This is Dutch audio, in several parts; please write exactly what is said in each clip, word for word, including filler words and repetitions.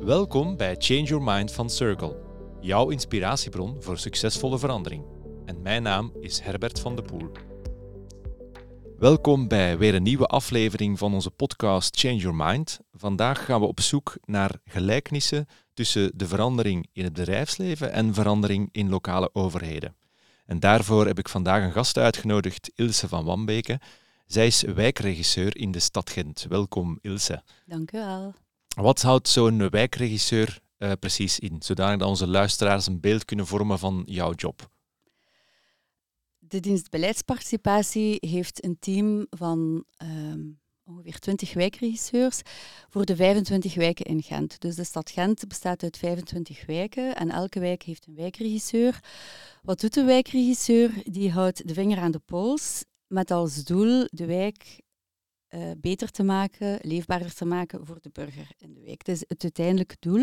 Welkom bij Change Your Mind van Circle, jouw inspiratiebron voor succesvolle verandering. En mijn naam is Herbert van de Poel. Welkom bij weer een nieuwe aflevering van onze podcast Change Your Mind. Vandaag gaan we op zoek naar gelijkenissen tussen de verandering in het bedrijfsleven en verandering in lokale overheden. En daarvoor heb ik vandaag een gast uitgenodigd, Ilse van Wambeke. Zij is wijkregisseur in de stad Gent. Welkom, Ilse. Dank u wel. Wat houdt zo'n wijkregisseur uh, precies in, zodanig dat onze luisteraars een beeld kunnen vormen van jouw job? De dienst beleidsparticipatie heeft een team van um, ongeveer twintig wijkregisseurs voor de vijfentwintig wijken in Gent. Dus de stad Gent bestaat uit vijfentwintig wijken en elke wijk heeft een wijkregisseur. Wat doet de wijkregisseur? Die houdt de vinger aan de pols met als doel de wijk uh, beter te maken, leefbaarder te maken voor de burger in de wijk. Dat is het uiteindelijke doel.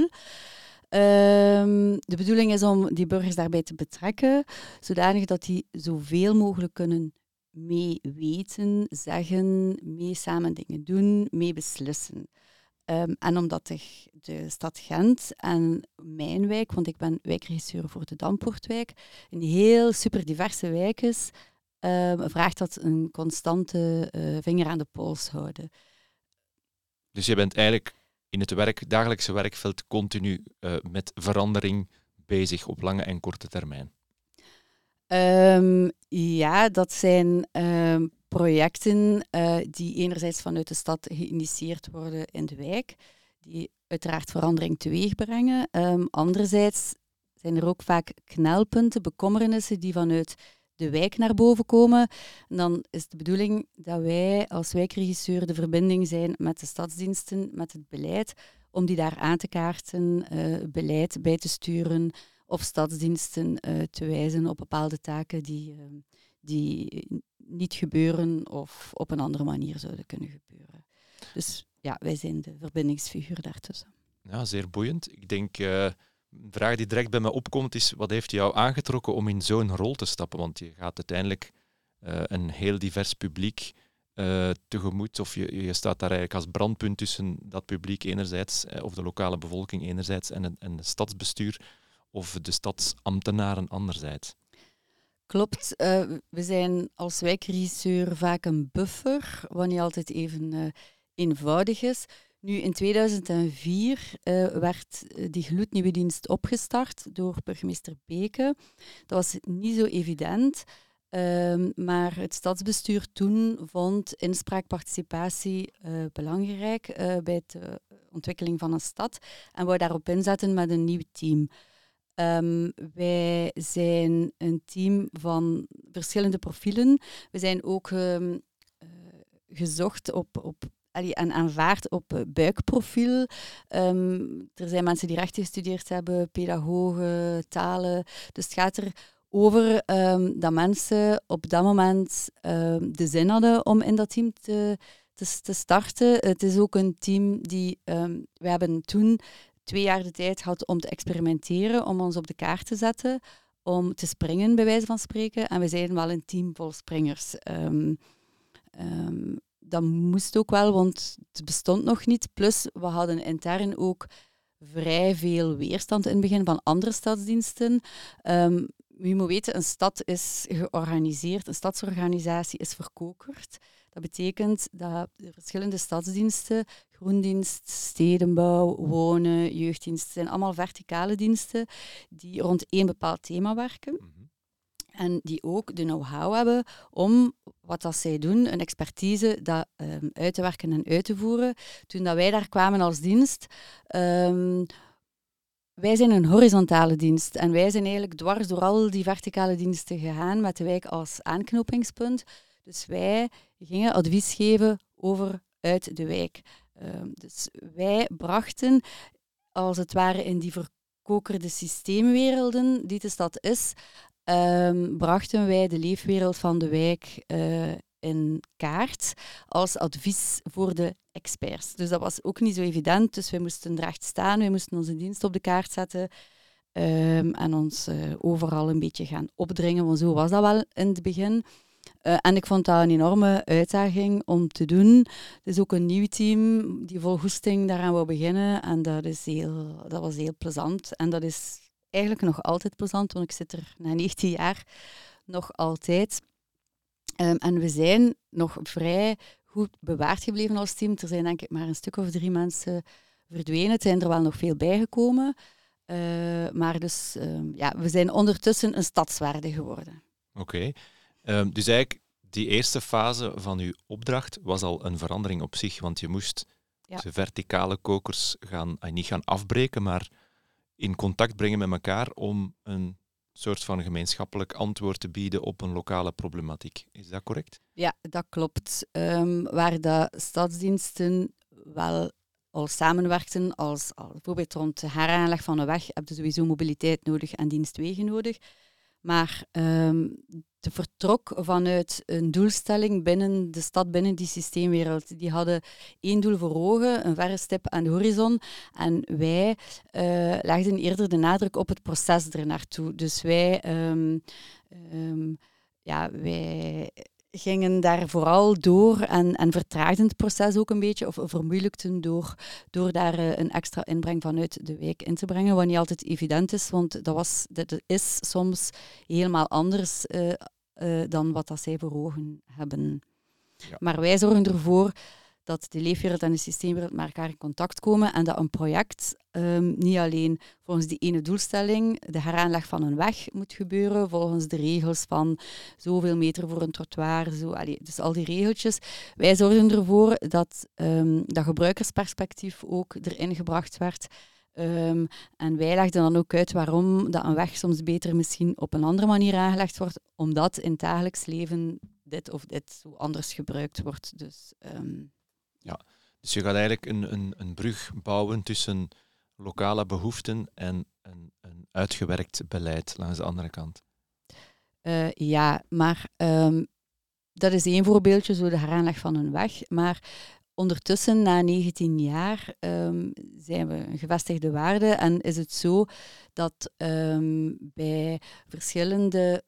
Um, de bedoeling is om die burgers daarbij te betrekken, zodanig dat die zoveel mogelijk kunnen mee weten, zeggen, mee samen dingen doen, mee beslissen. Um, en omdat de, de stad Gent en mijn wijk, want ik ben wijkregisseur voor de Dampoortwijk, een heel super diverse wijk is, um, vraagt dat een constante uh, vinger aan de pols houden. Dus je bent eigenlijk in het werk, dagelijkse werkveld continu uh, met verandering bezig op lange en korte termijn? Um, ja, dat zijn um, projecten uh, die enerzijds vanuit de stad geïnitieerd worden in de wijk, die uiteraard verandering teweeg brengen. Um, anderzijds zijn er ook vaak knelpunten, bekommernissen die vanuit de wijk naar boven komen. En dan is de bedoeling dat wij als wijkregisseur de verbinding zijn met de stadsdiensten, met het beleid, om die daar aan te kaarten, uh, beleid bij te sturen of stadsdiensten uh, te wijzen op bepaalde taken die, uh, die niet gebeuren of op een andere manier zouden kunnen gebeuren. Dus ja, wij zijn de verbindingsfiguur daartussen. Ja, zeer boeiend. Ik denk... Uh... Een vraag die direct bij me opkomt is, wat heeft jou aangetrokken om in zo'n rol te stappen? Want je gaat uiteindelijk uh, een heel divers publiek uh, tegemoet, of je, je staat daar eigenlijk als brandpunt tussen dat publiek enerzijds, uh, of de lokale bevolking enerzijds, en het, en het stadsbestuur of de stadsambtenaren anderzijds. Klopt. Uh, we zijn als wijkregisseur vaak een buffer, wat niet altijd even uh, eenvoudig is. Nu, in tweeduizend vier uh, werd die gloednieuwe dienst opgestart door burgemeester Beke. Dat was niet zo evident, uh, maar het stadsbestuur toen vond inspraakparticipatie uh, belangrijk uh, bij de ontwikkeling van een stad en wou daarop inzetten met een nieuw team. Um, wij zijn een team van verschillende profielen. We zijn ook um, uh, gezocht op... op en aanvaard op buikprofiel. Um, er zijn mensen die rechten gestudeerd hebben, pedagogen, talen. Dus het gaat er over um, dat mensen op dat moment um, de zin hadden om in dat team te, te, te starten. Het is ook een team die... Um, we hebben toen twee jaar de tijd gehad om te experimenteren, om ons op de kaart te zetten, om te springen, bij wijze van spreken. En we zijn wel een team vol springers. Um, um, Dat moest ook wel, want het bestond nog niet. Plus, we hadden intern ook vrij veel weerstand in het begin van andere stadsdiensten. Um, je moet weten, een stad is georganiseerd, een stadsorganisatie is verkokerd. Dat betekent dat de verschillende stadsdiensten, groendienst, stedenbouw, wonen, jeugddienst, zijn allemaal verticale diensten die rond één bepaald thema werken. Mm-hmm. En die ook de know-how hebben om wat dat zij doen, een expertise, dat um, uit te werken en uit te voeren. Toen dat wij daar kwamen als dienst, um, wij zijn een horizontale dienst. En wij zijn eigenlijk dwars door al die verticale diensten gegaan met de wijk als aanknopingspunt. Dus wij gingen advies geven over uit de wijk. Um, dus wij brachten, als het ware in die verkokerde systeemwerelden die de stad is, Um, brachten wij de leefwereld van de wijk uh, in kaart als advies voor de experts. Dus dat was ook niet zo evident, dus wij moesten er echt staan, wij moesten onze dienst op de kaart zetten um, en ons uh, overal een beetje gaan opdringen, want zo was dat wel in het begin. Uh, en ik vond dat een enorme uitdaging om te doen. Het is ook een nieuw team die vol goesting daaraan wil beginnen. En dat, is heel, dat was heel plezant. En dat is eigenlijk nog altijd plezant, want ik zit er na negentien jaar nog altijd. Um, en we zijn nog vrij goed bewaard gebleven als team. Er zijn denk ik maar een stuk of drie mensen verdwenen. Het zijn er wel nog veel bijgekomen. Uh, maar dus, um, ja, we zijn ondertussen een stadswaarde geworden. Oké. Okay. Um, dus eigenlijk, die eerste fase van uw opdracht was al een verandering op zich, want je moest ja. de verticale kokers gaan, uh, niet gaan afbreken, maar in contact brengen met elkaar om een soort van gemeenschappelijk antwoord te bieden op een lokale problematiek. Is dat correct? Ja, dat klopt. Um, waar de stadsdiensten wel al samenwerkten, als, als bijvoorbeeld rond de heraanleg van een weg, heb je sowieso mobiliteit nodig en dienstwegen nodig. Maar um, de vertrok vanuit een doelstelling binnen de stad, binnen die systeemwereld. Die hadden één doel voor ogen, een verre stip aan de horizon. En wij uh, legden eerder de nadruk op het proces ernaartoe. Dus wij, um, um, ja, wij gingen daar vooral door en, en vertraagden het proces ook een beetje, of vermoeilijkten door, door daar uh, een extra inbreng vanuit de wijk in te brengen, wat niet altijd evident is, want dat, was, dat is soms helemaal anders uh, uh, dan wat dat zij voor ogen hebben. Ja. Maar wij zorgen ervoor dat de leefwereld en de systeemwereld met elkaar in contact komen en dat een project um, niet alleen volgens die ene doelstelling, de heraanleg van een weg moet gebeuren, volgens de regels van zoveel meter voor een trottoir, zo, allee, dus al die regeltjes. Wij zorgen ervoor dat um, dat gebruikersperspectief ook erin gebracht werd. Um, en wij legden dan ook uit waarom dat een weg soms beter misschien op een andere manier aangelegd wordt, omdat in het dagelijks leven dit of dit zo anders gebruikt wordt. Dus... Um, Ja, dus je gaat eigenlijk een, een, een brug bouwen tussen lokale behoeften en een, een uitgewerkt beleid langs de andere kant. Uh, ja, maar um, dat is één voorbeeldje, zo de heraanleg van een weg. Maar ondertussen, na negentien jaar, um, zijn we een gevestigde waarde en is het zo dat um, bij verschillende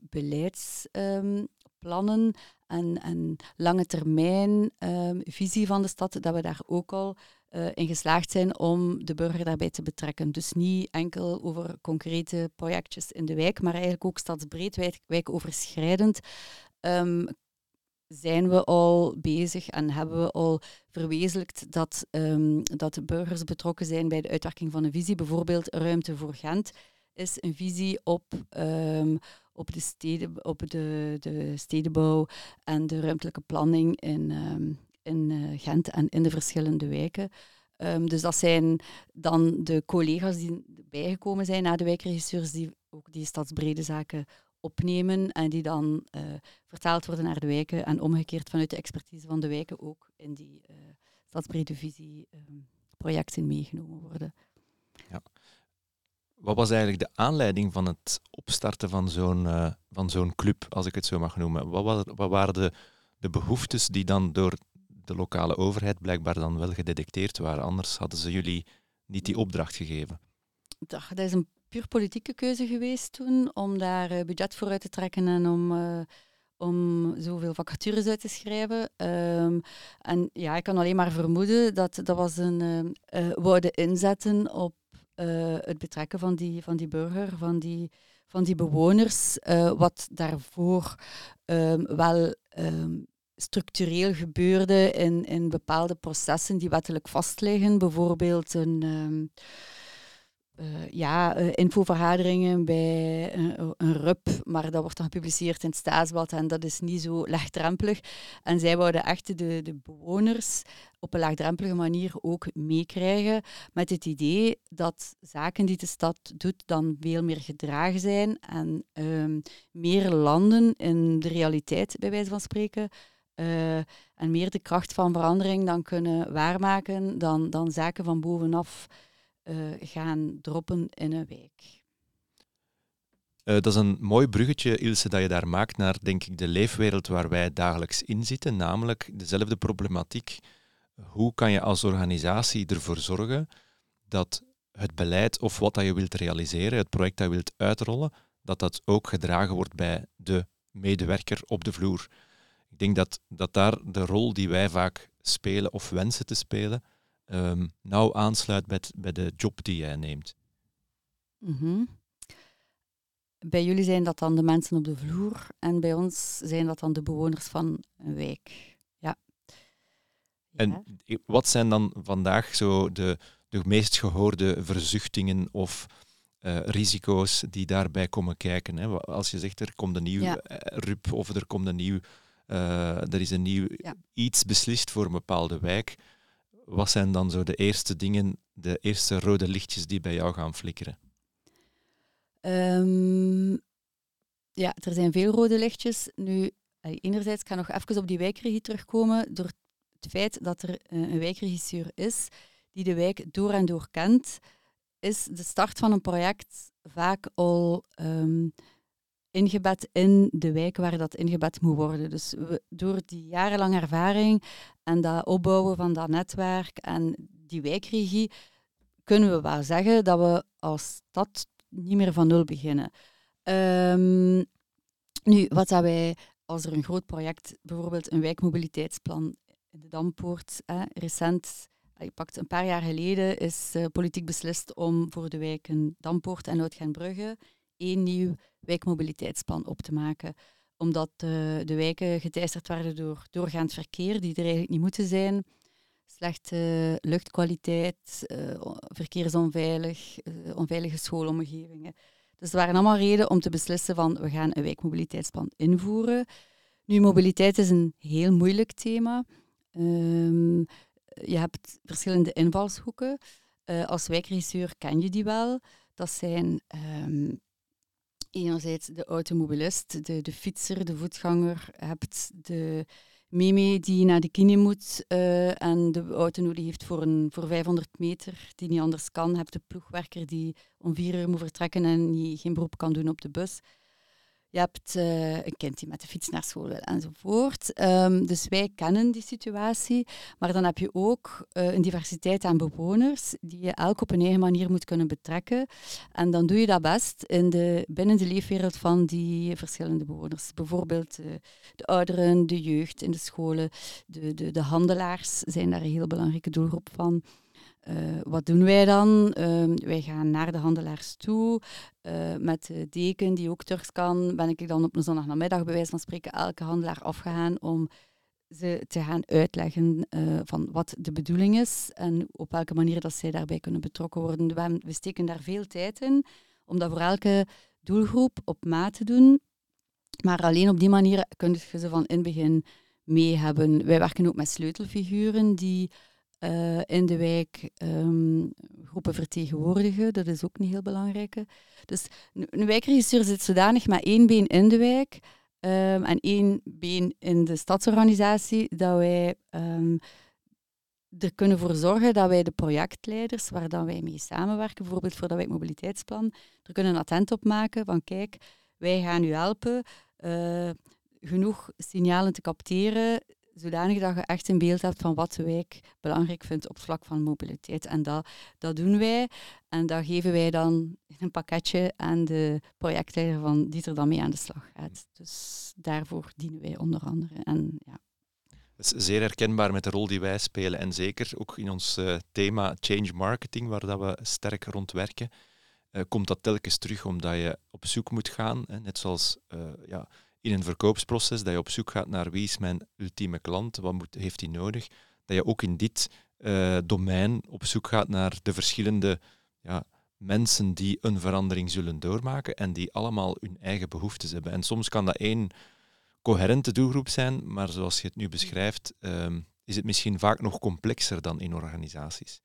beleidsplannen um, En, en lange termijn um, visie van de stad, dat we daar ook al uh, in geslaagd zijn om de burger daarbij te betrekken. Dus niet enkel over concrete projectjes in de wijk, maar eigenlijk ook stadsbreed, wijk, wijkoverschrijdend, um, zijn we al bezig en hebben we al verwezenlijkt dat, um, dat de burgers betrokken zijn bij de uitwerking van een visie. Bijvoorbeeld Ruimte voor Gent is een visie op... Um, op de, steden, op de, de stedenbouw en de ruimtelijke planning in, um, in uh, Gent en in de verschillende wijken. Um, dus dat zijn dan de collega's die bijgekomen zijn na de wijkregisseurs die ook die stadsbrede zaken opnemen en die dan uh, vertaald worden naar de wijken en omgekeerd vanuit de expertise van de wijken ook in die uh, stadsbrede visie um, projecten meegenomen worden. Ja. Wat was eigenlijk de aanleiding van het opstarten van zo'n, uh, van zo'n club, als ik het zo mag noemen? Wat, was, wat waren de, de behoeftes die dan door de lokale overheid blijkbaar dan wel gedetecteerd waren? Anders hadden ze jullie niet die opdracht gegeven. Dat is een puur politieke keuze geweest toen, om daar uh, budget voor uit te trekken en om, uh, om zoveel vacatures uit te schrijven. Um, en ja, ik kan alleen maar vermoeden dat dat was een uh, uh, wouden inzetten op Uh, het betrekken van die, van die burger, van die, van die bewoners, uh, wat daarvoor um, wel um, structureel gebeurde in, in bepaalde processen die wettelijk vastliggen. Bijvoorbeeld een, um, uh, ja, uh, infovergaderingen bij een, een R U P, maar dat wordt dan gepubliceerd in het Staatsblad en dat is niet zo laagdrempelig. En zij wouden echt de, de bewoners op een laagdrempelige manier ook meekrijgen met het idee dat zaken die de stad doet dan veel meer gedragen zijn en um, meer landen in de realiteit, bij wijze van spreken, uh, en meer de kracht van verandering dan kunnen waarmaken dan, dan zaken van bovenaf uh, gaan droppen in een wijk. Uh, dat is een mooi bruggetje, Ilse, dat je daar maakt naar, denk ik, de leefwereld waar wij dagelijks in zitten, namelijk dezelfde problematiek. Hoe kan je als organisatie ervoor zorgen dat het beleid of wat dat je wilt realiseren, het project dat je wilt uitrollen, dat dat ook gedragen wordt bij de medewerker op de vloer? ik denk dat, dat daar de rol die wij vaak spelen of wensen te spelen, um, nauw aansluit bij, bij de job die jij neemt. Mm-hmm. Bij jullie zijn dat dan de mensen op de vloer en bij ons zijn dat dan de bewoners van een wijk. Ja. En wat zijn dan vandaag zo de, de meest gehoorde verzuchtingen of uh, risico's die daarbij komen kijken? Hè? Als je zegt, er komt een nieuw ja. R U P of er komt een nieuw, uh, er is een nieuw ja. iets beslist voor een bepaalde wijk. Wat zijn dan zo de eerste dingen, de eerste rode lichtjes die bij jou gaan flikkeren? Um, ja, er zijn veel rode lichtjes. Nu, enerzijds, ik ga nog even op die wijkregie terugkomen. Door het feit dat er een wijkregisseur is die de wijk door en door kent, is de start van een project vaak al um, ingebed in de wijk waar dat ingebed moet worden. Dus we, door die jarenlange ervaring en dat opbouwen van dat netwerk en die wijkregie, kunnen we wel zeggen dat we als stad niet meer van nul beginnen. Um, nu, wat dat wij, als er een groot project, bijvoorbeeld een wijkmobiliteitsplan in de Dampoort, eh, recent, je pakt een paar jaar geleden, is uh, politiek beslist om voor de wijken Dampoort en Oud-Gentbrugge één nieuw wijkmobiliteitsplan op te maken. Omdat uh, de wijken geteisterd werden door doorgaand verkeer, die er eigenlijk niet moeten zijn. Slechte luchtkwaliteit, uh, verkeersonveilig, uh, onveilige schoolomgevingen. Dus er waren allemaal redenen om te beslissen van we gaan een wijkmobiliteitsplan invoeren. Nu, mobiliteit is een heel moeilijk thema. Um, je hebt verschillende invalshoeken. Uh, als wijkregisseur ken je die wel. Dat zijn um, enerzijds de automobilist, de, de fietser, de voetganger. Je hebt de meme die naar de kine moet uh, en de auto nodig heeft voor, een, voor vijfhonderd meter, die niet anders kan. Je hebt de ploegwerker die om vier uur moet vertrekken en die geen beroep kan doen op de bus. Je hebt uh, een kind die met de fiets naar school wil enzovoort. Um, dus wij kennen die situatie. Maar dan heb je ook uh, een diversiteit aan bewoners die je elk op een eigen manier moet kunnen betrekken. En dan doe je dat best in de, binnen de leefwereld van die verschillende bewoners. Bijvoorbeeld uh, de ouderen, de jeugd in de scholen, de, de, de handelaars zijn daar een heel belangrijke doelgroep van. Uh, wat doen wij dan? Uh, wij gaan naar de handelaars toe. Uh, met de deken die ook Turks kan, ben ik dan op een zondagnamiddag bij wijze van spreken elke handelaar afgegaan om ze te gaan uitleggen uh, van wat de bedoeling is en op welke manier dat zij daarbij kunnen betrokken worden. We, we steken daar veel tijd in om dat voor elke doelgroep op maat te doen. Maar alleen op die manier kun je ze van in het begin mee hebben. Wij werken ook met sleutelfiguren die Uh, in de wijk um, groepen vertegenwoordigen. Dat is ook een heel belangrijke. Dus een, een wijkregisseur zit zodanig met één been in de wijk um, en één been in de stadsorganisatie dat wij um, er kunnen voor zorgen dat wij de projectleiders waar dan wij mee samenwerken, bijvoorbeeld voor dat wijkmobiliteitsplan, er kunnen attent op maken van kijk, wij gaan u helpen uh, genoeg signalen te capteren zodanig dat je echt een beeld hebt van wat de wijk belangrijk vindt op het vlak van mobiliteit. En dat, dat doen wij. En dat geven wij dan in een pakketje aan de projectleider van die er dan mee aan de slag gaat. Dus daarvoor dienen wij onder andere. En, ja. Dat is zeer herkenbaar met de rol die wij spelen. En zeker ook in ons uh, thema change marketing, waar dat we sterk rond werken, uh, komt dat telkens terug omdat je op zoek moet gaan. Hè, net zoals... Uh, ja, in een verkoopsproces, dat je op zoek gaat naar wie is mijn ultieme klant, wat moet, heeft hij nodig, dat je ook in dit uh, domein op zoek gaat naar de verschillende ja, mensen die een verandering zullen doormaken en die allemaal hun eigen behoeftes hebben. En soms kan dat één coherente doelgroep zijn, maar zoals je het nu beschrijft, um, is het misschien vaak nog complexer dan in organisaties.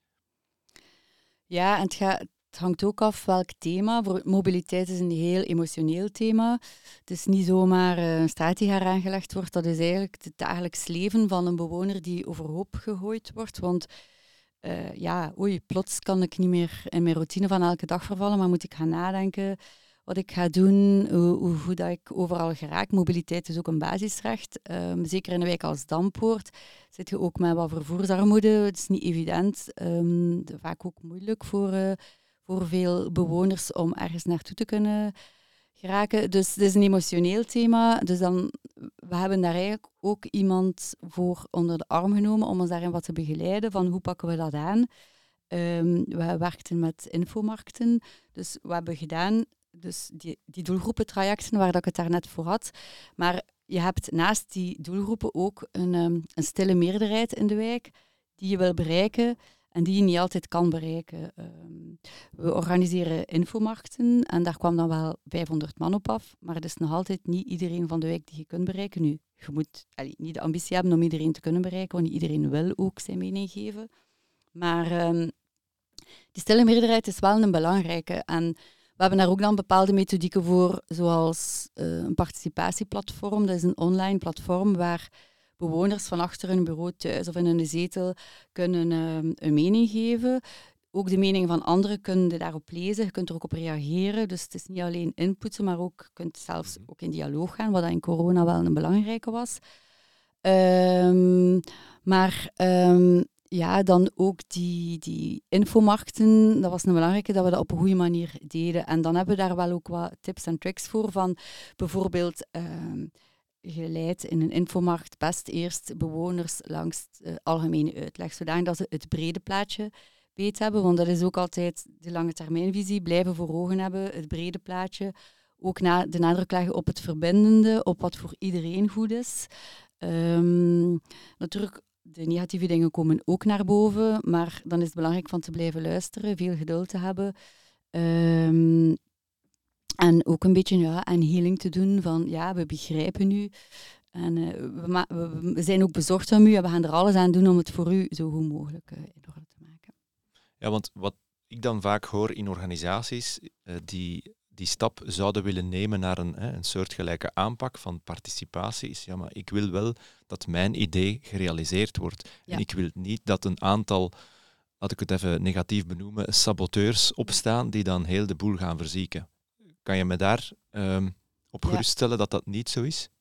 Ja, en het gaat... Het hangt ook af welk thema. Voor mobiliteit is een heel emotioneel thema. Het is niet zomaar een straat die haar aangelegd wordt. Dat is eigenlijk het dagelijks leven van een bewoner die overhoop gegooid wordt. Want uh, ja, oei, plots kan ik niet meer in mijn routine van elke dag vervallen, maar moet ik gaan nadenken wat ik ga doen, hoe, hoe, hoe dat ik overal geraak. Mobiliteit is ook een basisrecht. Um, zeker in een wijk als Dampoort zit je ook met wat vervoersarmoede. Het is niet evident. Um, vaak ook moeilijk voor... Uh, voor veel bewoners om ergens naartoe te kunnen geraken. Dus het is een emotioneel thema. Dus dan, we hebben daar eigenlijk ook iemand voor onder de arm genomen om ons daarin wat te begeleiden, van hoe pakken we dat aan. Um, we werkten met infomarkten, dus we hebben gedaan dus die, die doelgroepentrajecten waar dat ik het daarnet voor had. Maar je hebt naast die doelgroepen ook een, um, een stille meerderheid in de wijk die je wil bereiken en die je niet altijd kan bereiken. Um, we organiseren infomarkten en daar kwam dan wel vijfhonderd man op af, maar het is nog altijd niet iedereen van de wijk die je kunt bereiken. Nu, je moet allee, niet de ambitie hebben om iedereen te kunnen bereiken, want niet iedereen wil ook zijn mening geven. Maar um, die stille meerderheid is wel een belangrijke. En we hebben daar ook dan bepaalde methodieken voor, zoals uh, een participatieplatform. Dat is een online platform waar bewoners van achter hun bureau thuis of in hun zetel kunnen uh, een mening geven. Ook de mening van anderen kun je daarop lezen. Je kunt er ook op reageren. Dus het is niet alleen inputen, maar ook, je kunt zelfs ook in dialoog gaan, wat in corona wel een belangrijke was. Um, maar... Um, Ja, dan ook die, die infomarkten, dat was een belangrijke, dat we dat op een goede manier deden. En dan hebben we daar wel ook wat tips en tricks voor, van bijvoorbeeld, uh, je leidt in een infomarkt best eerst bewoners langs uh, algemene uitleg, zodat ze het brede plaatje beet hebben, want dat is ook altijd de lange termijnvisie, blijven voor ogen hebben, het brede plaatje. Ook na, de nadruk leggen op het verbindende, op wat voor iedereen goed is. Um, natuurlijk... De negatieve dingen komen ook naar boven, maar dan is het belangrijk van te blijven luisteren, veel geduld te hebben. Um, en ook een beetje ja, een healing te doen van, ja, we begrijpen u. En uh, we, ma- we, we zijn ook bezorgd om u en we gaan er alles aan doen om het voor u zo goed mogelijk uh, in orde te maken. Ja, want wat ik dan vaak hoor in organisaties uh, die die stap zouden willen nemen naar een, hè, een soortgelijke aanpak van participatie, is ja, maar ik wil wel dat mijn idee gerealiseerd wordt. Ja. En ik wil niet dat een aantal, laat ik het even negatief benoemen, saboteurs opstaan die dan heel de boel gaan verzieken. Kan je me daar um, op geruststellen ja. dat dat niet zo is?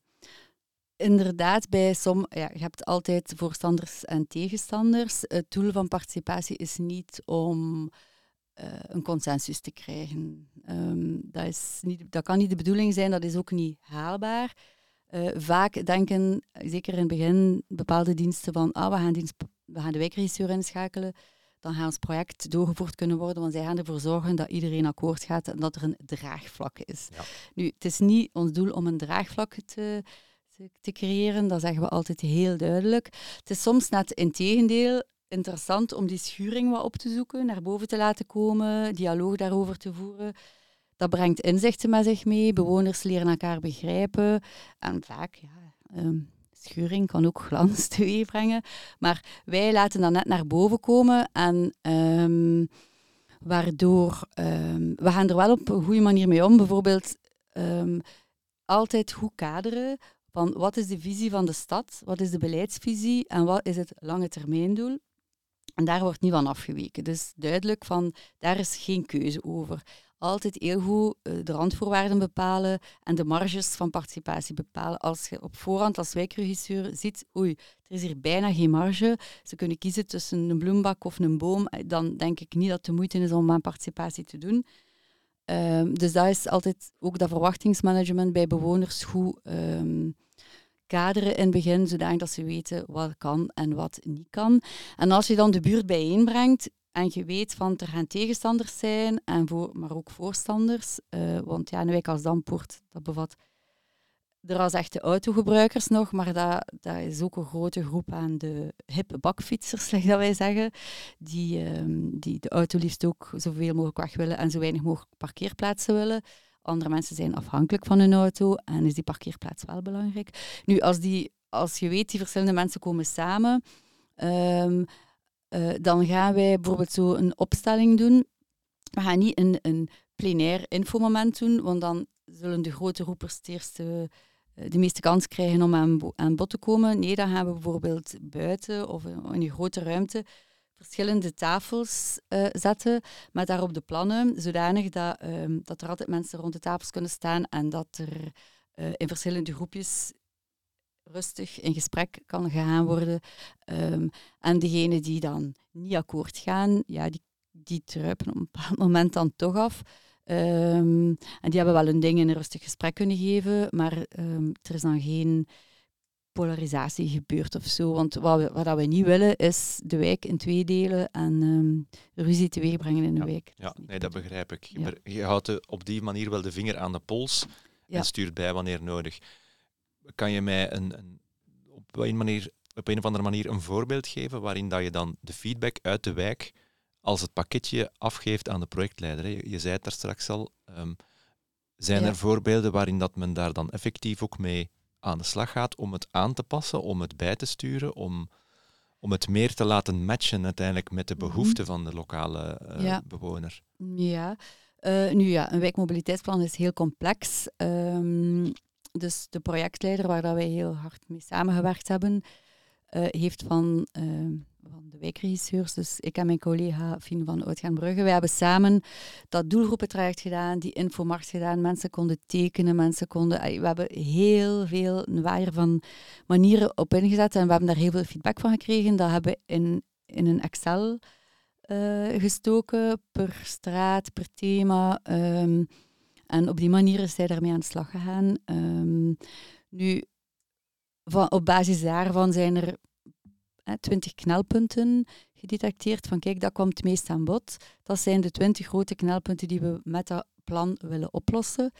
Inderdaad, bij som, ja, je hebt altijd voorstanders en tegenstanders. Het doel van participatie is niet om Uh, een consensus te krijgen. Um, dat, is niet, dat kan niet de bedoeling zijn, dat is ook niet haalbaar. Uh, vaak denken, zeker in het begin, bepaalde diensten van ah, we, gaan dienst, we gaan de wijkregisseur inschakelen, dan gaat ons project doorgevoerd kunnen worden, want zij gaan ervoor zorgen dat iedereen akkoord gaat en dat er een draagvlak is. Ja. Nu, het is niet ons doel om een draagvlak te, te, te creëren, dat zeggen we altijd heel duidelijk. Het is soms net integendeel interessant om die schuring wat op te zoeken, naar boven te laten komen, dialoog daarover te voeren. Dat brengt inzichten met zich mee, bewoners leren elkaar begrijpen. En vaak, ja, um, schuring kan ook glans teweeg brengen. Maar wij laten dat net naar boven komen en um, waardoor... Um, we gaan er wel op een goede manier mee om. Bijvoorbeeld um, altijd goed kaderen van wat is de visie van de stad, wat is de beleidsvisie en wat is het lange termijndoel. En daar wordt niet van afgeweken. Dus duidelijk van, daar is geen keuze over. Altijd heel goed uh, de randvoorwaarden bepalen en de marges van participatie bepalen. Als je op voorhand als wijkregisseur ziet, oei, er is hier bijna geen marge, ze kunnen kiezen tussen een bloembak of een boom, dan denk ik niet dat het de moeite is om aan participatie te doen. Uh, dus dat is altijd ook dat verwachtingsmanagement bij bewoners goed um, kaderen in het begin, zodat ze weten wat kan en wat niet kan. En als je dan de buurt bijeenbrengt en je weet van er gaan tegenstanders zijn, en voor, maar ook voorstanders, uh, want ja, een wijk als Dampoort, dat bevat er als echte autogebruikers nog, maar dat, dat is ook een grote groep aan de hippe bakfietsers, zeg dat wij zeggen, die, um, die de auto liefst ook zoveel mogelijk weg willen en zo weinig mogelijk parkeerplaatsen willen. Andere mensen zijn afhankelijk van hun auto en is die parkeerplaats wel belangrijk. Nu, als, die, als je weet, die verschillende mensen komen samen, um, uh, dan gaan wij bijvoorbeeld zo een opstelling doen. We gaan niet een, een plenair infomoment doen, want dan zullen de grote roepers het eerste, de meeste kans krijgen om aan, bo- aan bod te komen. Nee, dan gaan we bijvoorbeeld buiten of in een grote ruimte verschillende tafels uh, zetten, met daarop de plannen, zodanig dat, um, dat er altijd mensen rond de tafels kunnen staan en dat er uh, in verschillende groepjes rustig in gesprek kan gegaan worden. Um, en degenen die dan niet akkoord gaan, ja, die, die druipen op een bepaald moment dan toch af. Um, en die hebben wel hun ding in een rustig gesprek kunnen geven, maar um, er is dan geen polarisatie gebeurd of zo. Want wat we, wat we niet willen, is de wijk in twee delen en um, ruzie teweeg brengen in de ja, wijk. Ja, nee, dat begrijp ik. Je, ja. je houdt de, op die manier wel de vinger aan de pols ja. en stuurt bij wanneer nodig. Kan je mij een, een, op, een manier, op een of andere manier een voorbeeld geven waarin dat je dan de feedback uit de wijk als het pakketje afgeeft aan de projectleider? Hè? Je, je zei het daar straks al. Um, zijn ja. er voorbeelden waarin dat men daar dan effectief ook mee aan de slag gaat om het aan te passen, om het bij te sturen, om, om het meer te laten matchen uiteindelijk met de behoeften van de lokale uh, ja. bewoner? Ja, uh, nu ja, een wijkmobiliteitsplan is heel complex. Um, dus de projectleider, waar dat wij heel hard mee samengewerkt hebben, uh, heeft van, uh, van de wijkregisseurs, dus ik en mijn collega Fien van Oud-Gaanbrugge, wij hebben samen dat doelgroepentraject gedaan, die infomarkt gedaan, mensen konden tekenen, mensen konden... We hebben heel veel, een waaier van manieren op ingezet en we hebben daar heel veel feedback van gekregen. Dat hebben we in, in een Excel uh, gestoken, per straat, per thema. Um, en op die manier is zij daarmee aan de slag gegaan. Um, nu, van, op basis daarvan zijn er twintig knelpunten gedetecteerd. Van kijk, dat komt het meest aan bod. Dat zijn de twintig grote knelpunten die we met dat plan willen oplossen.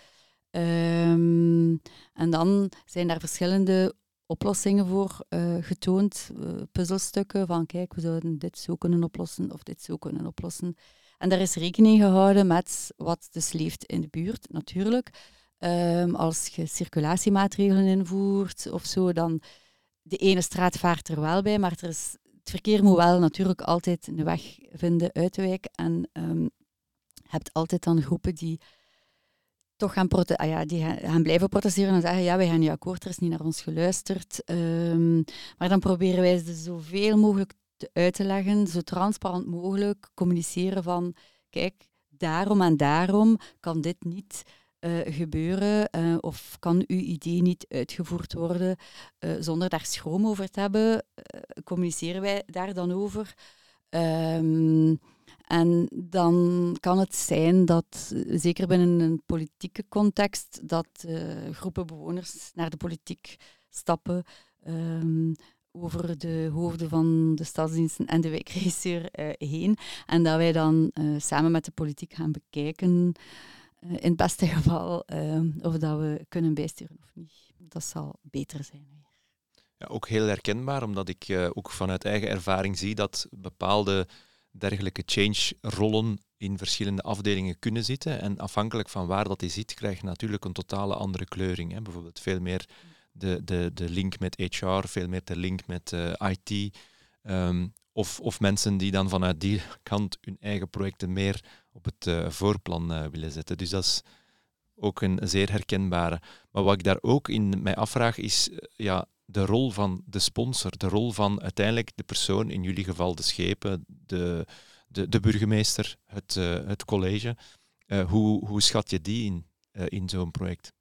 Um, en dan zijn daar verschillende oplossingen voor uh, getoond. Uh, puzzelstukken van kijk, we zouden dit zo kunnen oplossen of dit zo kunnen oplossen. En daar is rekening gehouden met wat dus leeft in de buurt, natuurlijk. Um, als je circulatiemaatregelen invoert of zo, dan... De ene straat vaart er wel bij, maar er is, het verkeer moet wel natuurlijk altijd een weg vinden uit de wijk. En um, je hebt altijd dan groepen die toch gaan, prote- ah ja, die gaan, gaan blijven protesteren en zeggen ja, wij gaan niet akkoord, er is niet naar ons geluisterd. Um, maar dan proberen wij ze zoveel mogelijk te uit te leggen, zo transparant mogelijk communiceren van kijk, daarom en daarom kan dit niet... Uh, gebeuren uh, of kan uw idee niet uitgevoerd worden uh, zonder daar schroom over te hebben, uh, communiceren wij daar dan over. Um, en dan kan het zijn dat, zeker binnen een politieke context, dat uh, groepen bewoners naar de politiek stappen um, over de hoofden van de stadsdiensten en de wijkregisseur uh, heen. En dat wij dan uh, samen met de politiek gaan bekijken Uh, in het beste geval uh, of dat we kunnen bijsturen of niet. Dat zal beter zijn. Ja, ook heel herkenbaar, omdat ik uh, ook vanuit eigen ervaring zie dat bepaalde dergelijke change-rollen in verschillende afdelingen kunnen zitten. En afhankelijk van waar dat die zit, krijg je natuurlijk een totale andere kleuring. Hè. Bijvoorbeeld veel meer de, de, de link met H R, veel meer de link met uh, I T. Um, of, of mensen die dan vanuit die kant hun eigen projecten meer op het uh, voorplan uh, willen zetten. Dus dat is ook een zeer herkenbare. Maar wat ik daar ook in mij afvraag is uh, ja, de rol van de sponsor, de rol van uiteindelijk de persoon, in jullie geval de schepen, de, de, de burgemeester, het, uh, het college. Uh, hoe, hoe schat je die in, uh, in zo'n project?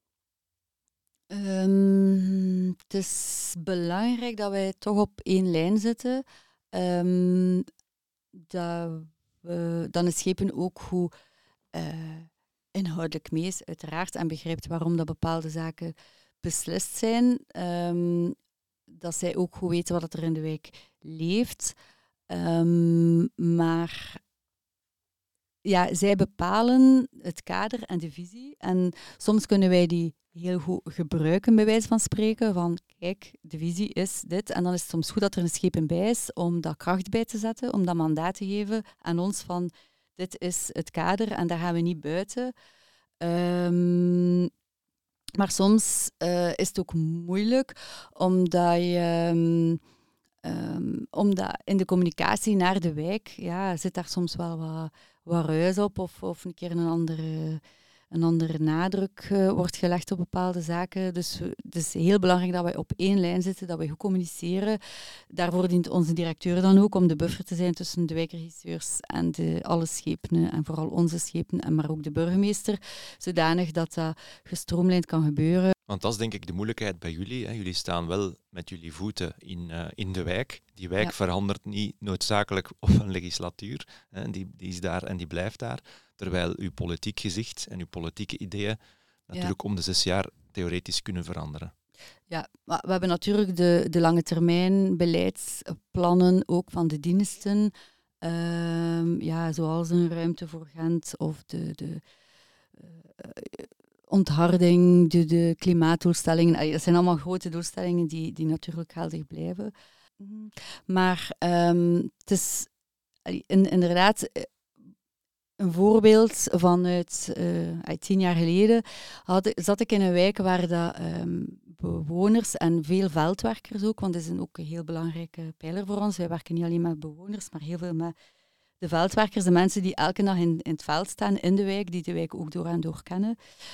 Um, het is belangrijk dat wij toch op één lijn zitten. Um, dat we, dan is schepen ook hoe uh, inhoudelijk mee is, uiteraard, en begrijpt waarom dat bepaalde zaken beslist zijn. Um, dat zij ook goed weten wat er in de wijk leeft. Um, maar ja, zij bepalen het kader en de visie. En soms kunnen wij die heel goed gebruiken, bij wijze van spreken. Van, kijk, de visie is dit. En dan is het soms goed dat er een schepen bij is om dat kracht bij te zetten, om dat mandaat te geven aan ons van, dit is het kader en daar gaan we niet buiten. Um, maar soms uh, is het ook moeilijk, omdat je... Um, Um, omdat in de communicatie naar de wijk ja, zit daar soms wel wat, wat ruis op of, of een keer een andere, een andere nadruk uh, wordt gelegd op bepaalde zaken. Dus het is heel belangrijk dat wij op één lijn zitten, dat wij goed communiceren. Daarvoor dient onze directeur dan ook om de buffer te zijn tussen de wijkregisseurs en de, alle schepenen, en vooral onze schepenen, maar ook de burgemeester, zodanig dat dat gestroomlijnd kan gebeuren. Want dat is denk ik de moeilijkheid bij jullie. Hè. Jullie staan wel met jullie voeten in, uh, in de wijk, Die wijk ja. verandert niet noodzakelijk op een legislatuur. Hè, die, die is daar en die blijft daar. Terwijl uw politiek gezicht en uw politieke ideeën natuurlijk ja. om de zes jaar theoretisch kunnen veranderen. Ja, maar we hebben natuurlijk de, de lange termijn beleidsplannen ook van de diensten. Um, ja, zoals een ruimte voor Gent of de, de uh, ontharding, de, de klimaatdoelstellingen. Dat zijn allemaal grote doelstellingen die, die natuurlijk geldig blijven. Maar um, het is in, inderdaad een voorbeeld vanuit uh, tien jaar geleden. Had, zat ik in een wijk waar dat, um, bewoners en veel veldwerkers ook, want dat is een, ook een heel belangrijke pijler voor ons. Wij werken niet alleen met bewoners, maar heel veel met de veldwerkers, de mensen die elke dag in, in het veld staan in de wijk, die de wijk ook door en door kennen.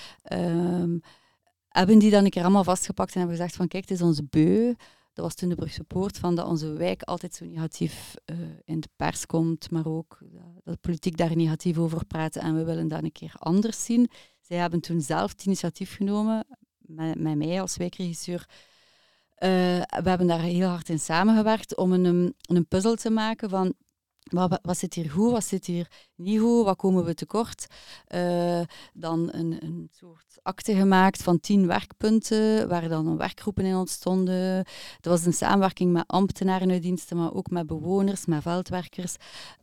Um, hebben die dan een keer allemaal vastgepakt en hebben gezegd van kijk, het is onze beu. Dat was toen de Brugse Poort, van dat onze wijk altijd zo negatief uh, in de pers komt, maar ook uh, dat de politiek daar negatief over praat en we willen dat een keer anders zien. Zij hebben toen zelf het initiatief genomen, met, met mij als wijkregisseur. Uh, we hebben daar heel hard in samengewerkt om een, een puzzel te maken van Wat, wat zit hier goed, wat zit hier niet goed, wat komen we tekort? Uh, dan een, een soort akte gemaakt van tien werkpunten, waar dan werkgroepen in ontstonden. Dat was een samenwerking met ambtenaren uit diensten, maar ook met bewoners, met veldwerkers.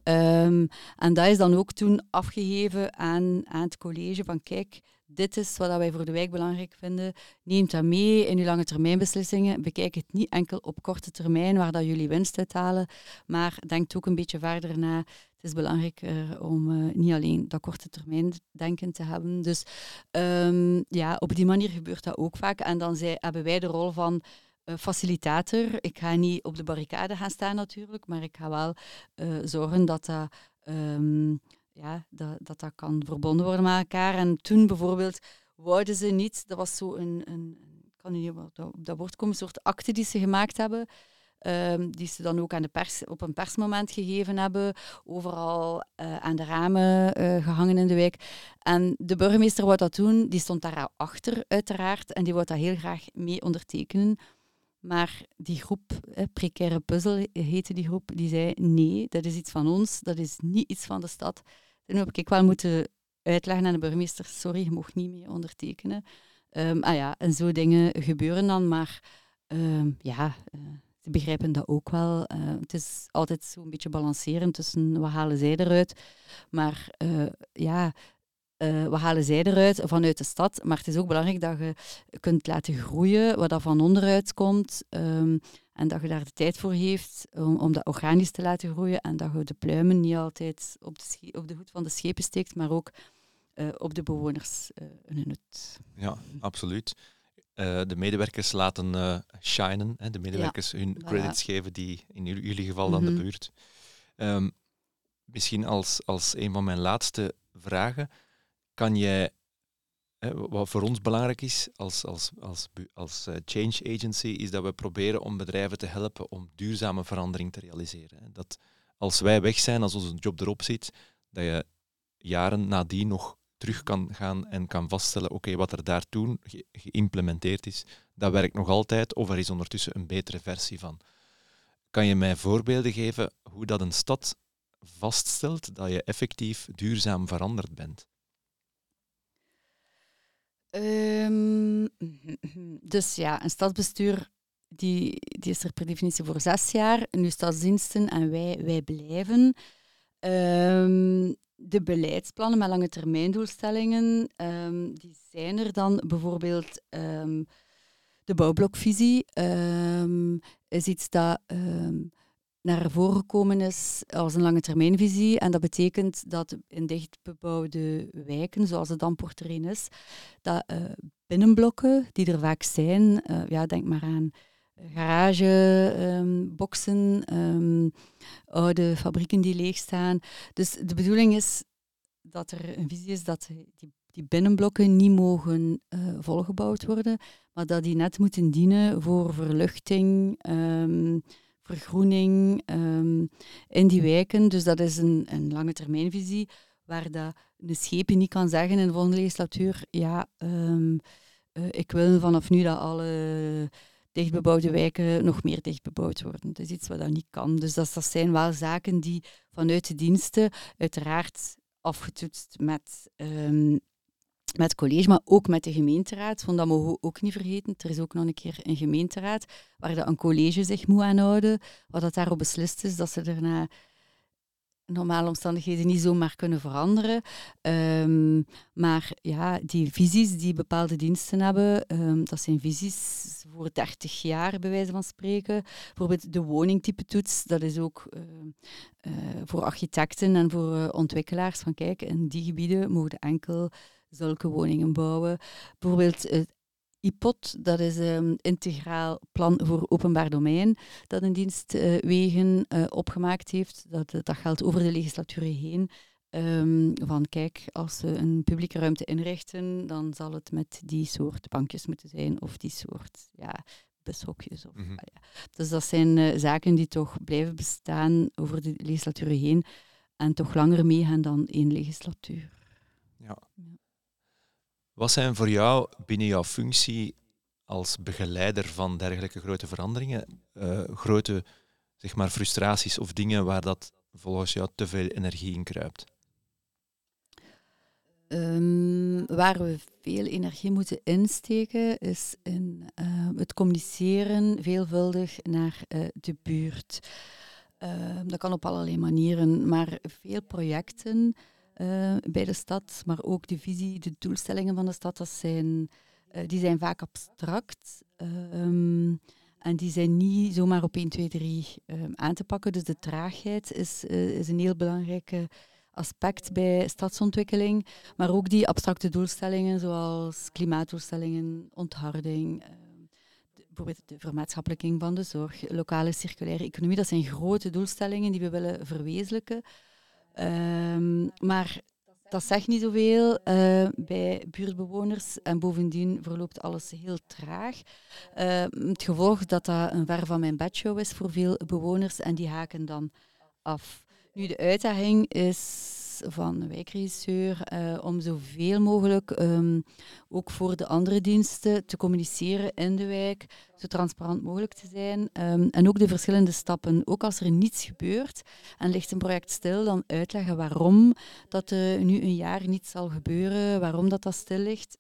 Um, en dat is dan ook toen afgegeven aan, aan het college van kijk, dit is wat wij voor de wijk belangrijk vinden. Neem dat mee in uw lange termijnbeslissingen. Bekijk het niet enkel op korte termijn, waar dat jullie winst uithalen, maar denk ook een beetje verder na. Het is belangrijk uh, om uh, niet alleen dat korte termijn denken te hebben. Dus um, ja, op die manier gebeurt dat ook vaak. En dan zij, hebben wij de rol van uh, facilitator. Ik ga niet op de barricade gaan staan natuurlijk, maar ik ga wel uh, zorgen dat dat... Um, Ja, dat, dat dat kan verbonden worden met elkaar. En toen bijvoorbeeld wouden ze niet, dat was zo een, een ik kan niet op dat, op dat woord komen, een soort akte die ze gemaakt hebben, um, die ze dan ook aan de pers, op een persmoment gegeven hebben, overal uh, aan de ramen uh, gehangen in de wijk. En de burgemeester wou dat doen, die stond daar achter uiteraard, en die wou dat heel graag mee ondertekenen. Maar die groep, eh, Precaire Puzzel heette die groep, die zei nee, dat is iets van ons, dat is niet iets van de stad. Toen heb ik wel moeten uitleggen aan de burgemeester, sorry, je mag niet mee ondertekenen. Um, ah ja, en zo dingen gebeuren dan, maar um, ja, uh, ze begrijpen dat ook wel. Uh, het is altijd zo'n beetje balanceren tussen wat halen zij eruit. Maar uh, ja... Uh, wat halen zij eruit vanuit de stad? Maar het is ook belangrijk dat je kunt laten groeien wat dat van onderuit komt. Um, en dat je daar de tijd voor heeft om, om dat organisch te laten groeien. En dat je de pluimen niet altijd op de, sche- op de hoed van de schepen steekt, maar ook uh, op de bewoners uh, hun nut. Ja, absoluut. Uh, de medewerkers laten uh, shinen. Hè, de medewerkers ja, hun credits voilà. geven, die in jullie geval dan mm-hmm. de buurt. Um, misschien als, als een van mijn laatste vragen... Kan jij, wat voor ons belangrijk is als, als, als, als change agency, is dat we proberen om bedrijven te helpen om duurzame verandering te realiseren. Dat als wij weg zijn, als onze job erop zit, dat je jaren nadien nog terug kan gaan en kan vaststellen, oké, okay, wat er daar toen ge- geïmplementeerd is, dat werkt nog altijd, of er is ondertussen een betere versie van. Kan je mij voorbeelden geven hoe dat een stad vaststelt dat je effectief duurzaam veranderd bent? Um, dus ja, een stadsbestuur die, die is er per definitie voor zes jaar. Nu stadsdiensten en wij, wij blijven. Um, de beleidsplannen met lange termijndoelstellingen, um, die zijn er dan bijvoorbeeld um, de bouwblokvisie. Um, is iets dat... Um, naar voren gekomen is als een lange termijnvisie. En dat betekent dat in dichtbebouwde wijken, zoals de Dampoorterrein is, dat uh, binnenblokken, die er vaak zijn, uh, ja, denk maar aan garageboxen, um, um, oude fabrieken die leegstaan. Dus de bedoeling is dat er een visie is dat die, die binnenblokken niet mogen uh, volgebouwd worden, maar dat die net moeten dienen voor verluchting, um, vergroening um, in die wijken. Dus dat is een, een lange termijnvisie waar dat de schepen niet kan zeggen in de volgende legislatuur, ja, um, uh, ik wil vanaf nu dat alle dichtbebouwde wijken nog meer dichtbebouwd worden. Dat is iets wat dat niet kan. Dus dat, dat zijn wel zaken die vanuit de diensten uiteraard afgetoetst met, um, met het college, maar ook met de gemeenteraad. Want dat mogen we ook niet vergeten. Er is ook nog een keer een gemeenteraad waar dat een college zich moet aanhouden. Wat dat daarop beslist is, dat ze daarna normale omstandigheden niet zomaar kunnen veranderen. Um, maar ja, die visies die bepaalde diensten hebben, um, dat zijn visies voor dertig jaar, bij wijze van spreken. Bijvoorbeeld de woningtypetoets, dat is ook uh, uh, voor architecten en voor uh, ontwikkelaars. Van kijk, in die gebieden mogen enkel zulke woningen bouwen. Bijvoorbeeld het I P O T, dat is een um, integraal plan voor openbaar domein, dat een dienst uh, wegen uh, opgemaakt heeft. Dat, dat geldt over de legislaturen heen. Um, van kijk, als we een publieke ruimte inrichten, dan zal het met die soort bankjes moeten zijn, of die soort ja, bushokjes. Of, mm-hmm. ja. Dus dat zijn uh, zaken die toch blijven bestaan over de legislaturen heen en toch langer meegaan dan één legislatuur. Ja. Ja. Wat zijn voor jou binnen jouw functie als begeleider van dergelijke grote veranderingen, uh, grote zeg maar, frustraties of dingen waar dat volgens jou te veel energie in kruipt? Um, waar we veel energie moeten insteken is in uh, het communiceren veelvuldig naar uh, de buurt. Uh, dat kan op allerlei manieren, maar veel projecten Uh, bij de stad, maar ook de visie, de doelstellingen van de stad, dat zijn, uh, die zijn vaak abstract uh, um, en die zijn niet zomaar op één, twee, drie uh, aan te pakken. Dus de traagheid is, uh, is een heel belangrijk aspect bij stadsontwikkeling, maar ook die abstracte doelstellingen zoals klimaatdoelstellingen, ontharding, uh, de, bijvoorbeeld de vermaatschappelijking van de zorg, lokale circulaire economie, dat zijn grote doelstellingen die we willen verwezenlijken. Um, maar dat zegt niet zoveel uh, bij buurtbewoners en bovendien verloopt alles heel traag. Uh, het gevolg dat dat een ver van mijn bedshow is voor veel bewoners en die haken dan af. Nu, de uitdaging is van de wijkregisseur uh, om zoveel mogelijk um, ook voor de andere diensten te communiceren in de wijk, zo transparant mogelijk te zijn um, en ook de verschillende stappen. Ook als er niets gebeurt en ligt een project stil, dan uitleggen waarom dat uh, nu een jaar niet zal gebeuren, waarom dat, dat stil ligt.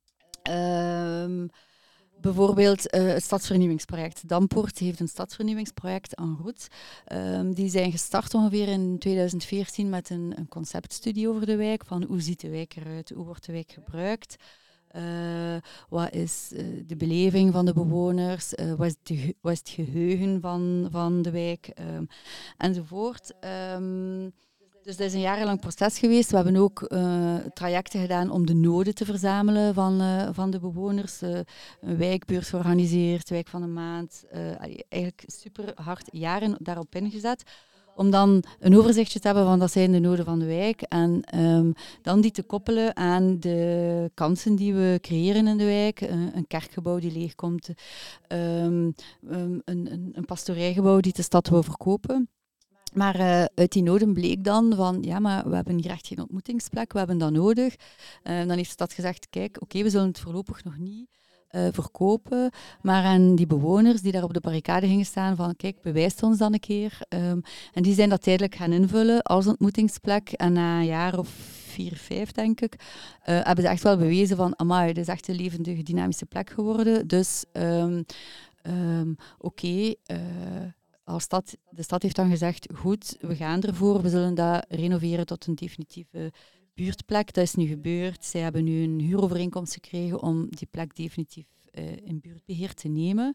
Um, Bijvoorbeeld uh, het stadsvernieuwingsproject. Dampoort heeft een stadsvernieuwingsproject en route. Um, die zijn gestart ongeveer in tweeduizend veertien met een, een conceptstudie over de wijk. Van hoe ziet de wijk eruit, hoe wordt de wijk gebruikt. Uh, wat is uh, de beleving van de bewoners, uh, wat, is de, wat is het geheugen van, van de wijk, um, enzovoort. Um, Dus dat is een jarenlang proces geweest. We hebben ook uh, trajecten gedaan om de noden te verzamelen van, uh, van de bewoners. Uh, een wijkbeurs georganiseerd, wijk van de maand. Uh, eigenlijk super hard jaren daarop ingezet. Om dan een overzichtje te hebben van dat zijn de noden van de wijk. En um, dan die te koppelen aan de kansen die we creëren in de wijk. Uh, een kerkgebouw die leegkomt. Um, um, een, een, een pastorijgebouw die de stad wil verkopen. Maar uh, uit die noden bleek dan van, ja, maar we hebben hier echt geen ontmoetingsplek, we hebben dat nodig. Uh, dan heeft de stad gezegd, kijk, oké, okay, we zullen het voorlopig nog niet uh, verkopen, maar aan die bewoners die daar op de barricade gingen staan van, kijk, bewijst ons dan een keer. Um, en die zijn dat tijdelijk gaan invullen als ontmoetingsplek. En na een jaar of vier, vijf, denk ik, uh, hebben ze echt wel bewezen van, amai, dit is echt een levendige, dynamische plek geworden. Dus, um, um, oké, okay, uh, Als stad, de stad heeft dan gezegd, goed, we gaan ervoor, we zullen dat renoveren tot een definitieve buurtplek. Dat is nu gebeurd. Zij hebben nu een huurovereenkomst gekregen om die plek definitief uh, in buurtbeheer te nemen.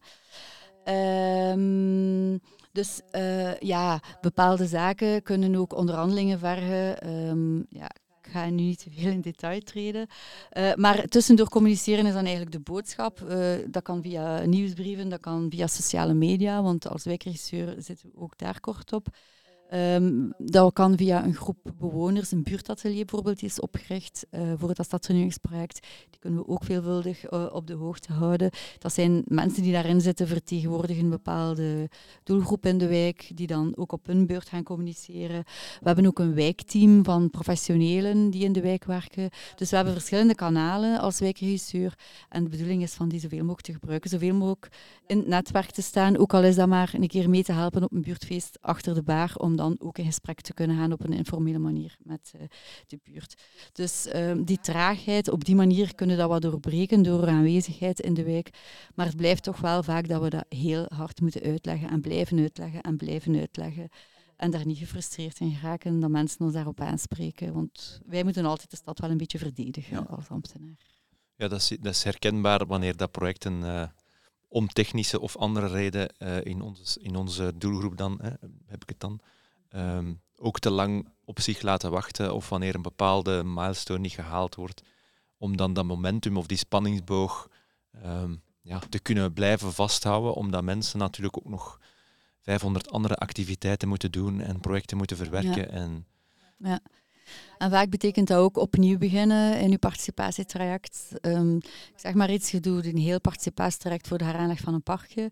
Um, dus uh, ja, bepaalde zaken kunnen ook onderhandelingen vergen. Um, ja, ik ga nu niet te veel in detail treden. Uh, maar tussendoor communiceren is dan eigenlijk de boodschap. Uh, dat kan via nieuwsbrieven, dat kan via sociale media, want als wijkregisseur zitten we ook daar kort op. Um, dat kan via een groep bewoners, een buurtatelier bijvoorbeeld, die is opgericht uh, voor het stadvernieuwingsproject. Die kunnen we ook veelvuldig uh, op de hoogte houden. Dat zijn mensen die daarin zitten, vertegenwoordigen een bepaalde doelgroep in de wijk, die dan ook op hun beurt gaan communiceren. We hebben ook een wijkteam van professionelen die in de wijk werken. Dus we hebben verschillende kanalen als wijkregisseur. En de bedoeling is van die zoveel mogelijk te gebruiken, zoveel mogelijk in het netwerk te staan, ook al is dat maar een keer mee te helpen op een buurtfeest achter de baar, om dan ook in gesprek te kunnen gaan op een informele manier met uh, de buurt. Dus uh, die traagheid, op die manier kunnen we dat wat doorbreken door aanwezigheid in de wijk. Maar het blijft toch wel vaak dat we dat heel hard moeten uitleggen en blijven uitleggen en blijven uitleggen. En daar niet gefrustreerd in geraken dat mensen ons daarop aanspreken. Want wij moeten altijd de stad wel een beetje verdedigen ja. als ambtenaar. Ja, dat is, dat is herkenbaar wanneer dat projecten uh, om technische of andere reden uh, in, ons, in onze doelgroep dan, hè, heb ik het dan, um, ook te lang op zich laten wachten of wanneer een bepaalde milestone niet gehaald wordt, om dan dat momentum of die spanningsboog um, ja, te kunnen blijven vasthouden, omdat mensen natuurlijk ook nog vijfhonderd andere activiteiten moeten doen en projecten moeten verwerken. Ja. En ja. En vaak betekent dat ook opnieuw beginnen in je participatietraject. Um, ik zeg maar iets, je doet een heel participatietraject voor de heraanleg van een parkje.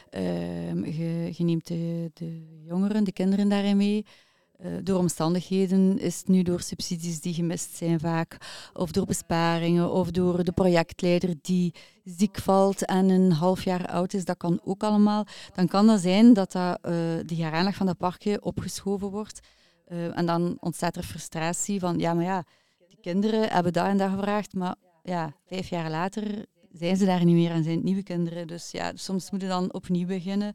Um, je, je neemt de, de jongeren, de kinderen daarin mee. Uh, door omstandigheden is het nu door subsidies die gemist zijn vaak, of door besparingen, of door de projectleider die ziek valt en een half jaar oud is, dat kan ook allemaal. Dan kan dat zijn dat, dat uh, die heraanleg van dat parkje opgeschoven wordt. Uh, en dan ontstaat er frustratie van, ja, maar ja, die kinderen hebben dat en dat gevraagd, maar ja, vijf jaar later zijn ze daar niet meer en zijn het nieuwe kinderen. Dus ja, soms moeten we dan opnieuw beginnen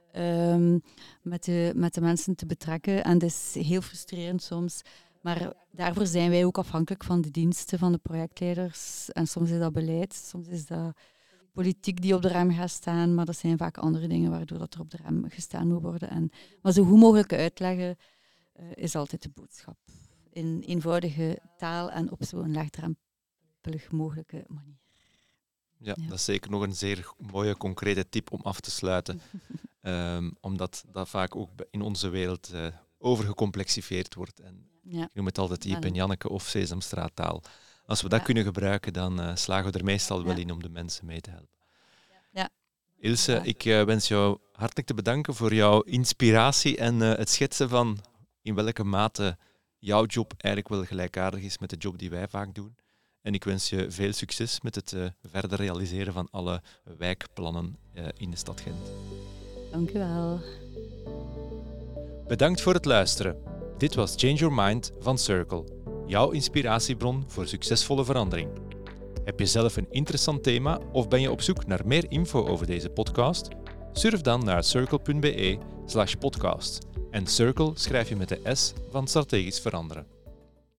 um, met, de, met de mensen te betrekken. En dat is heel frustrerend soms. Maar daarvoor zijn wij ook afhankelijk van de diensten van de projectleiders. En soms is dat beleid, soms is dat politiek die op de rem gaat staan, maar dat zijn vaak andere dingen waardoor dat er op de rem gestaan moet worden. En, maar zo goed mogelijk uitleggen Uh, is altijd de boodschap. In eenvoudige taal en op zo'n laagdrempelig mogelijke manier. Ja, ja, dat is zeker nog een zeer mooie, concrete tip om af te sluiten. um, omdat dat vaak ook in onze wereld uh, overgecomplexifeerd wordt. En ja. Ik noem het altijd Jip en Janneke of Sesamstraattaal. Als we dat ja. kunnen gebruiken, dan uh, slagen we er meestal ja. wel in om de mensen mee te helpen. Ja. Ilse, ja. ik uh, wens jou hartelijk te bedanken voor jouw inspiratie en uh, het schetsen van in welke mate jouw job eigenlijk wel gelijkaardig is met de job die wij vaak doen. En ik wens je veel succes met het uh, verder realiseren van alle wijkplannen uh, in de stad Gent. Dank u wel. Bedankt voor het luisteren. Dit was Change Your Mind van Circle, jouw inspiratiebron voor succesvolle verandering. Heb je zelf een interessant thema of ben je op zoek naar meer info over deze podcast? Surf dan naar circle.be slash podcast. En Circle schrijf je met de S van strategisch veranderen.